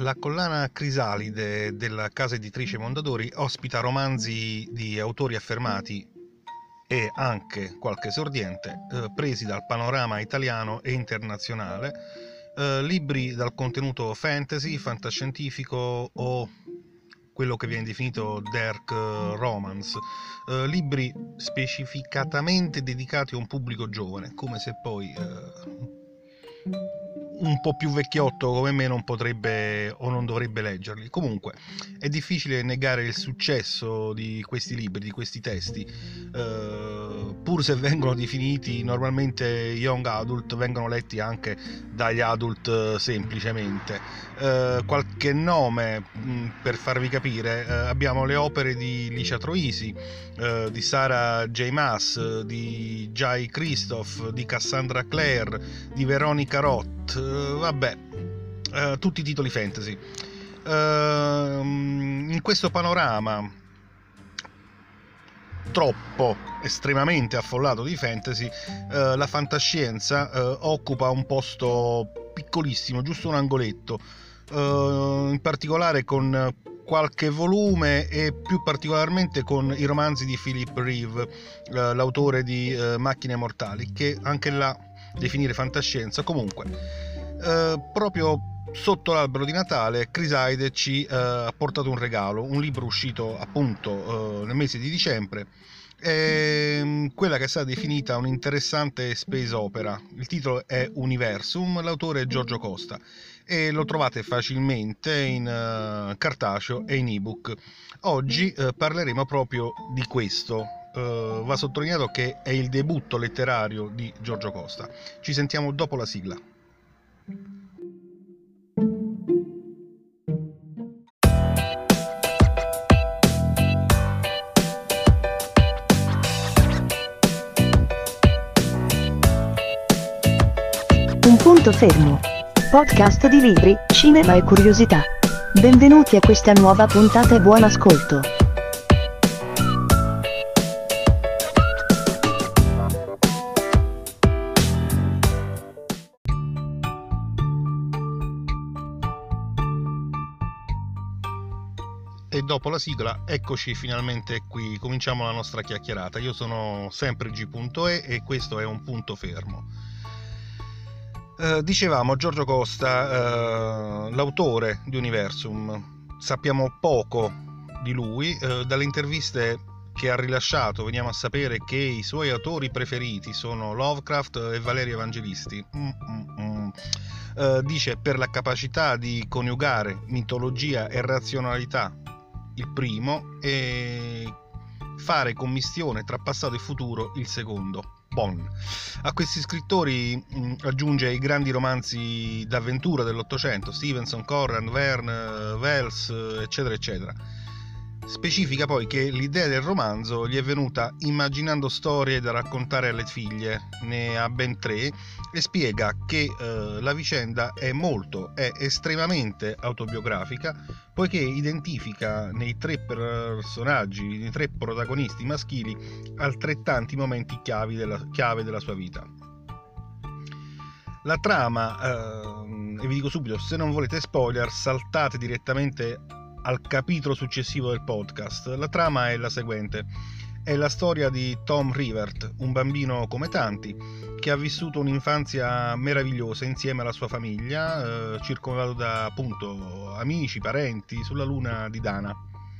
La collana Crisalide della casa editrice Mondadori ospita romanzi di autori affermati e anche qualche esordiente presi dal panorama italiano e internazionale, libri dal contenuto fantasy, fantascientifico o quello che viene definito dark romance, libri specificatamente dedicati a un pubblico giovane, come se poi un po' più vecchiotto come me non potrebbe o non dovrebbe leggerli. Comunque è difficile negare il successo di questi libri, di questi testi, pur se vengono definiti normalmente young adult, vengono letti anche dagli adult semplicemente. Qualche nome per farvi capire: abbiamo le opere di Licia Troisi, di Sarah J. Maas, di Jay Christoph, di Cassandra Clare, di Veronica Roth, tutti titoli fantasy. In questo panorama estremamente affollato di fantasy, la fantascienza occupa un posto piccolissimo, giusto un angoletto, in particolare con qualche volume e più particolarmente con i romanzi di Philip Reeve, l'autore di Macchine Mortali, che anche là definire fantascienza. Comunque, proprio sotto l'albero di Natale Crisalide ci ha portato un regalo, un libro uscito appunto nel mese di dicembre, quella che è stata definita un'interessante space opera. Il titolo è Universum, l'autore è Giorgio Costa e lo trovate facilmente in cartaceo e in ebook. Oggi parleremo proprio di questo. Va sottolineato che è il debutto letterario di Giorgio Costa. Ci sentiamo dopo la sigla. Un punto fermo. Podcast di libri, cinema e curiosità. Benvenuti a questa nuova puntata e buon ascolto. E dopo la sigla, eccoci finalmente qui, cominciamo la nostra chiacchierata. Io sono sempre G.E e questo è un punto fermo. Dicevamo Giorgio Costa, l'autore di Universum. Sappiamo poco di lui, dalle interviste che ha rilasciato veniamo a sapere che i suoi autori preferiti sono Lovecraft e Valerio Evangelisti. Dice per la capacità di coniugare mitologia e razionalità, il primo, e fare commistione tra passato e futuro, il secondo. A questi scrittori aggiunge i grandi romanzi d'avventura dell'Ottocento, Stevenson, Corran, Verne, Wells, eccetera eccetera. Specifica poi che l'idea del romanzo gli è venuta immaginando storie da raccontare alle figlie, ne ha ben 3, e spiega che la vicenda è estremamente autobiografica, poiché identifica nei 3 personaggi, nei 3 protagonisti maschili, altrettanti momenti chiave della sua vita. La trama, e vi dico subito, se non volete spoiler, saltate direttamente al capitolo successivo del podcast. La trama è la seguente: è la storia di Tom Rivert, un bambino come tanti che ha vissuto un'infanzia meravigliosa insieme alla sua famiglia, circondato da appunto amici, parenti, sulla luna di Dana.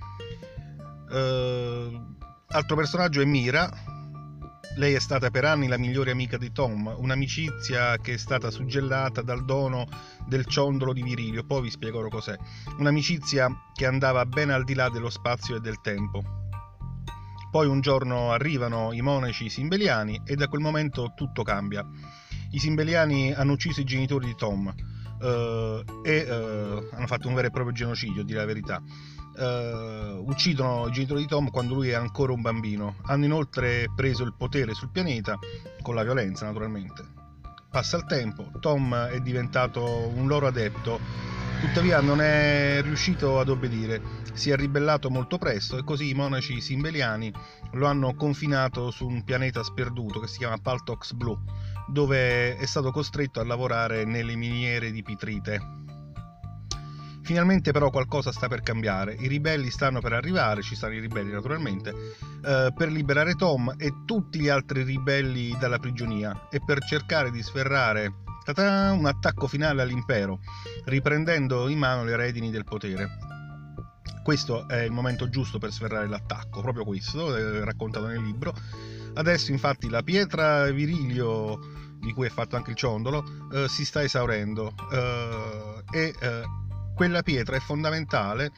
Altro personaggio è Mira. Lei è stata per anni la migliore amica di Tom, un'amicizia che è stata suggellata dal dono del ciondolo di Virilio, poi vi spiegherò cos'è. Un'amicizia che andava ben al di là dello spazio e del tempo. Poi un giorno arrivano i monaci simbeliani e da quel momento tutto cambia. I simbeliani hanno ucciso i genitori di Tom e hanno fatto un vero e proprio genocidio, a dire la verità. Uccidono i genitori di Tom quando lui è ancora un bambino. Hanno inoltre preso il potere sul pianeta con la violenza, naturalmente. Passa il tempo, Tom è diventato un loro adepto, tuttavia non è riuscito ad obbedire, si è ribellato molto presto e così i monaci simbeliani lo hanno confinato su un pianeta sperduto che si chiama Paltox Blue, dove è stato costretto a lavorare nelle miniere di pitrite. Finalmente però qualcosa sta per cambiare, i ribelli stanno per arrivare, ci stanno i ribelli naturalmente, per liberare Tom e tutti gli altri ribelli dalla prigionia e per cercare di sferrare un attacco finale all'impero, riprendendo in mano le redini del potere. Questo è il momento giusto per sferrare l'attacco, proprio questo, è raccontato nel libro. Adesso infatti la pietra virilio, di cui è fatto anche il ciondolo, si sta esaurendo e quella pietra è fondamentale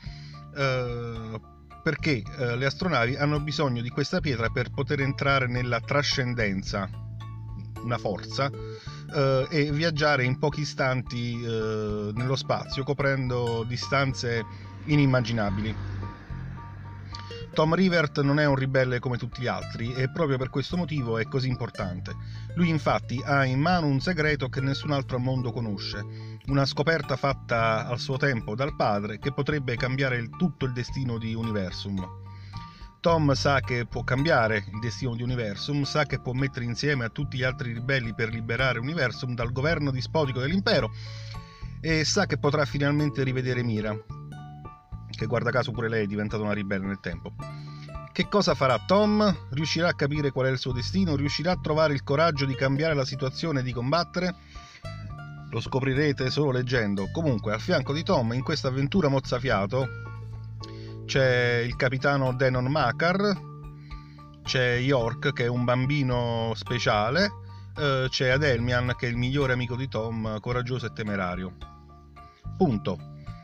perché le astronavi hanno bisogno di questa pietra per poter entrare nella trascendenza, una forza, e viaggiare in pochi istanti nello spazio, coprendo distanze inimmaginabili. Tom Rivert non è un ribelle come tutti gli altri e proprio per questo motivo è così importante. Lui infatti ha in mano un segreto che nessun altro al mondo conosce, una scoperta fatta al suo tempo dal padre che potrebbe cambiare tutto il destino di Universum. Tom sa che può cambiare il destino di Universum, sa che può mettere insieme a tutti gli altri ribelli per liberare Universum dal governo dispotico dell'impero e sa che potrà finalmente rivedere Mira, che guarda caso pure lei è diventata una ribelle nel tempo. Che cosa farà Tom? Riuscirà a capire qual è il suo destino? Riuscirà a trovare il coraggio di cambiare la situazione e di combattere? Lo scoprirete solo leggendo. Comunque, al fianco di Tom, in questa avventura mozzafiato, c'è il capitano Denon Makar, c'è York che è un bambino speciale, c'è Adelmian che è il migliore amico di Tom, coraggioso e temerario. Punto.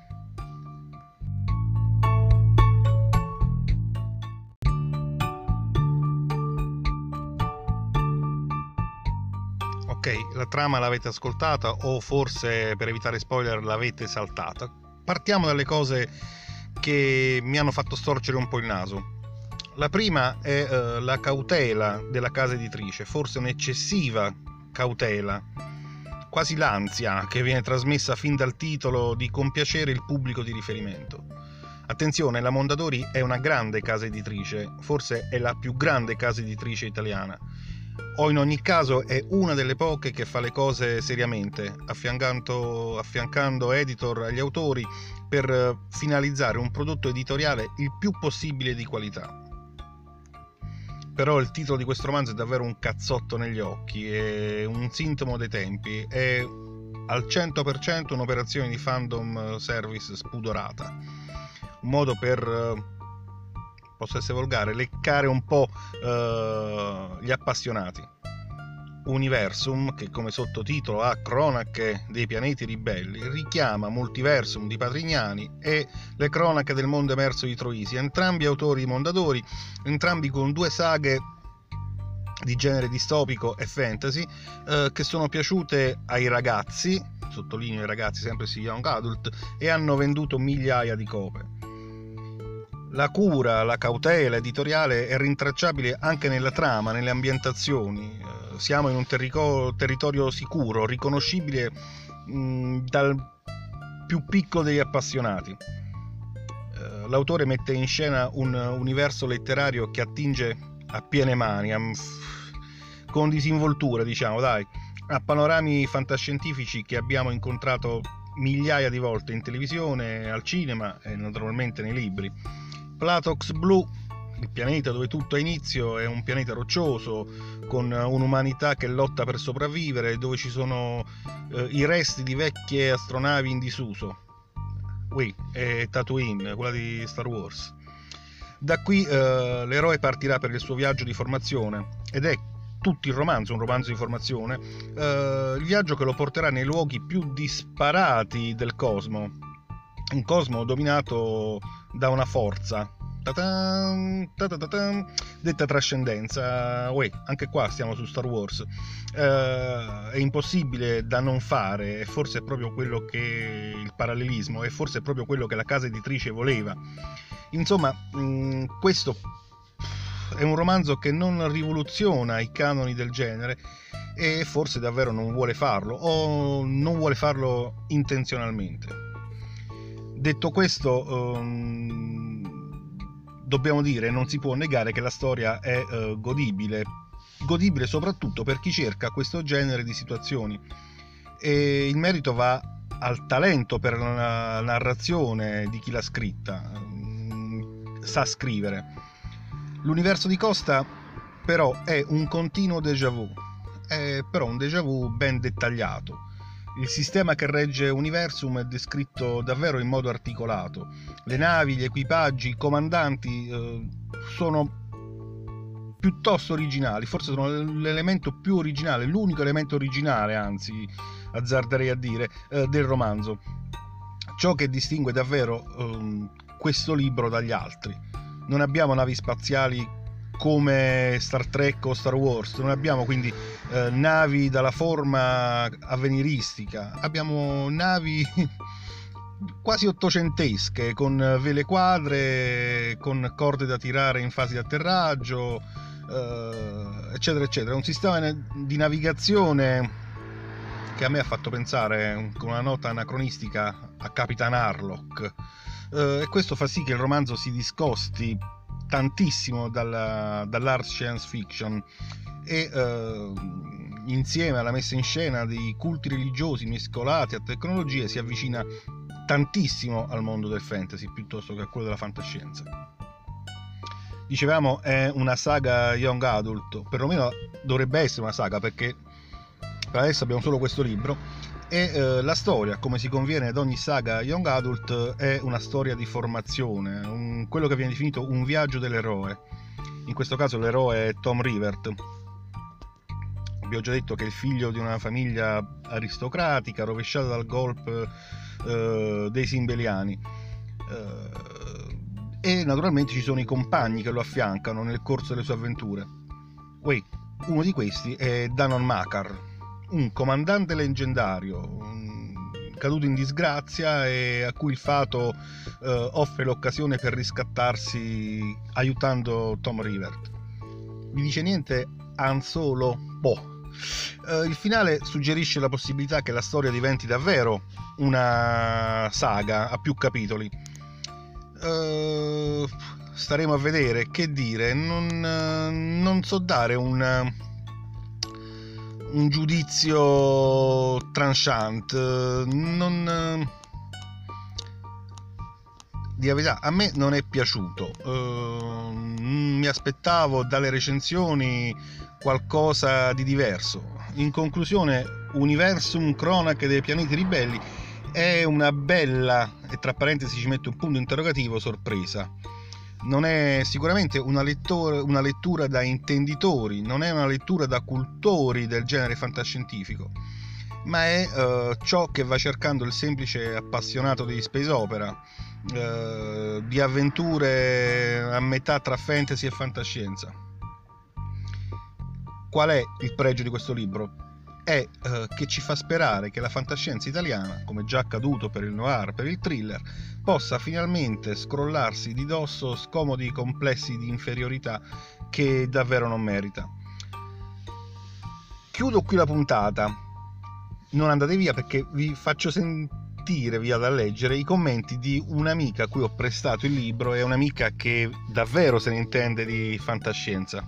Ok, la trama l'avete ascoltata o forse per evitare spoiler l'avete saltata. Partiamo dalle cose che mi hanno fatto storcere un po' il naso. La prima è la cautela della casa editrice, forse un'eccessiva cautela, quasi l'ansia che viene trasmessa fin dal titolo di compiacere il pubblico di riferimento. Attenzione, la Mondadori è una grande casa editrice, forse è la più grande casa editrice italiana, o in ogni caso è una delle poche che fa le cose seriamente, affiancando editor agli autori per finalizzare un prodotto editoriale il più possibile di qualità. Però il titolo di questo romanzo è davvero un cazzotto negli occhi, è un sintomo dei tempi, è al 100% un'operazione di fandom service spudorata, un modo per, posso essere volgare, leccare un po' gli appassionati. Universum, che come sottotitolo ha Cronache dei pianeti ribelli, richiama Multiversum di Patrignani e Le cronache del mondo emerso di Troisi, entrambi autori Mondadori, entrambi con due saghe di genere distopico e fantasy che sono piaciute ai ragazzi, sottolineo i ragazzi, sempre sì young adult, e hanno venduto migliaia di copie. La cura, la cautela editoriale è rintracciabile anche nella trama, nelle ambientazioni. Siamo in un territorio sicuro, riconoscibile dal più piccolo degli appassionati. L'autore mette in scena un universo letterario che attinge a piene mani, con disinvoltura, diciamo, dai, a panorami fantascientifici che abbiamo incontrato migliaia di volte in televisione, al cinema e naturalmente nei libri. Platox Blue, il pianeta dove tutto ha inizio, è un pianeta roccioso con un'umanità che lotta per sopravvivere, dove ci sono i resti di vecchie astronavi in disuso. È Tatooine, quella di Star Wars. Da qui l'eroe partirà per il suo viaggio di formazione, ed è tutto il romanzo, un romanzo di formazione, il viaggio che lo porterà nei luoghi più disparati del cosmo, un cosmo dominato da una forza detta trascendenza. Anche qua stiamo su Star Wars. È impossibile da non fare, e forse è proprio quello che il parallelismo, è forse proprio quello che la casa editrice voleva. Insomma, questo è un romanzo che non rivoluziona i canoni del genere e forse davvero non vuole farlo, o non vuole farlo intenzionalmente. Detto questo, dobbiamo dire, non si può negare che la storia è godibile soprattutto per chi cerca questo genere di situazioni, e il merito va al talento per la narrazione di chi l'ha scritta, sa scrivere. L'universo di Costa però è un continuo déjà vu, è però un déjà vu ben dettagliato. Il sistema che regge Universum è descritto davvero in modo articolato. Le navi, gli equipaggi, i comandanti sono piuttosto originali, forse sono l'elemento più originale, l'unico elemento originale, anzi, azzarderei a dire, del romanzo. Ciò che distingue davvero questo libro dagli altri. Non abbiamo navi spaziali come Star Trek o Star Wars, non abbiamo quindi navi dalla forma avveniristica, abbiamo navi quasi ottocentesche, con vele quadre, con corde da tirare in fase di atterraggio, eccetera eccetera. Un sistema di navigazione che a me ha fatto pensare, con una nota anacronistica, a Capitan Harlock, e questo fa sì che il romanzo si discosti tantissimo dall'hard science fiction e insieme alla messa in scena di culti religiosi mescolati a tecnologie si avvicina tantissimo al mondo del fantasy piuttosto che a quello della fantascienza. Dicevamo, è una saga young adult, perlomeno dovrebbe essere una saga, perché per adesso abbiamo solo questo libro, e la storia, come si conviene ad ogni saga young adult, è una storia di formazione, quello che viene definito un viaggio dell'eroe. In questo caso l'eroe è Tom Rivert. Vi ho già detto che è il figlio di una famiglia aristocratica rovesciata dal golpe dei Simbeliani, e naturalmente ci sono i compagni che lo affiancano nel corso delle sue avventure. Uno di questi è Danon Makar, un comandante leggendario caduto in disgrazia e a cui il fato offre l'occasione per riscattarsi aiutando Tom Rivert. Vi dice niente Han Solo? Il finale suggerisce la possibilità che la storia diventi davvero una saga a più capitoli. Staremo a vedere, che dire, non so dare un giudizio tranchant, di verità a me non è piaciuto. Mi aspettavo dalle recensioni qualcosa di diverso. In conclusione, Universum Cronache dei Pianeti Ribelli è una bella, e tra parentesi ci metto un punto interrogativo, sorpresa. Non è sicuramente una lettura da intenditori, non è una lettura da cultori del genere fantascientifico, ma è ciò che va cercando il semplice appassionato di space opera, di avventure a metà tra fantasy e fantascienza. Qual è il pregio di questo libro? È che ci fa sperare che la fantascienza italiana, come già accaduto per il noir, per il thriller, possa finalmente scrollarsi di dosso scomodi complessi di inferiorità che davvero non merita. Chiudo qui la puntata. Non andate via, perché vi faccio sentire, via da leggere, i commenti di un'amica a cui ho prestato il libro, e un'amica che davvero se ne intende di fantascienza.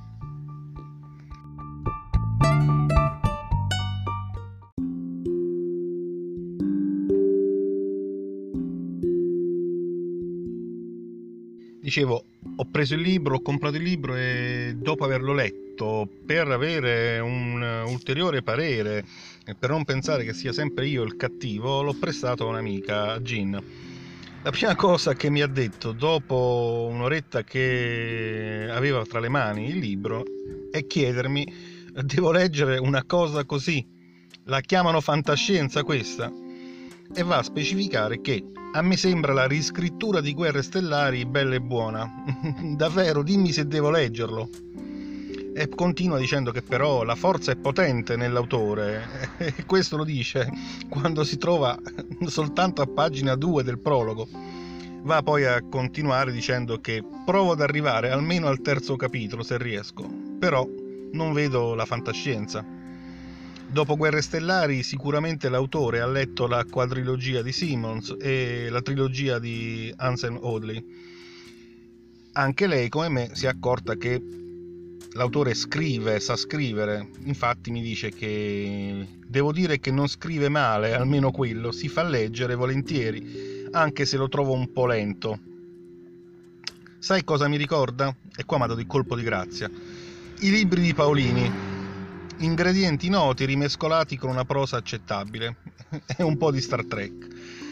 Dicevo, ho preso il libro, ho comprato il libro e dopo averlo letto, per avere un ulteriore parere e per non pensare che sia sempre io il cattivo, l'ho prestato a un'amica, Gin. La prima cosa che mi ha detto dopo un'oretta che aveva tra le mani il libro è chiedermi: devo leggere una cosa così? La chiamano fantascienza questa? E va a specificare che a me sembra la riscrittura di Guerre Stellari bella e buona. Davvero, dimmi se devo leggerlo. E continua dicendo che però la forza è potente nell'autore, e questo lo dice quando si trova soltanto a pagina 2 del prologo. Va poi a continuare dicendo che provo ad arrivare almeno al terzo capitolo se riesco, però non vedo la fantascienza. Dopo Guerre Stellari sicuramente l'autore ha letto la quadrilogia di Simmons e la trilogia di Hansen Audley. Anche lei, come me, si è accorta che l'autore sa scrivere, infatti mi dice che devo dire che non scrive male, almeno quello, si fa leggere volentieri, anche se lo trovo un po' lento. Sai cosa mi ricorda? E qua mi ha dato il colpo di grazia. I libri di Paolini, ingredienti noti rimescolati con una prosa accettabile. È un po' di Star Trek.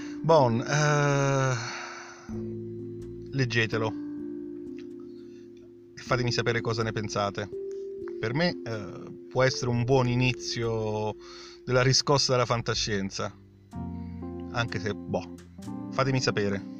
Leggetelo e fatemi sapere cosa ne pensate. Per me può essere un buon inizio della riscossa della fantascienza, anche se fatemi sapere.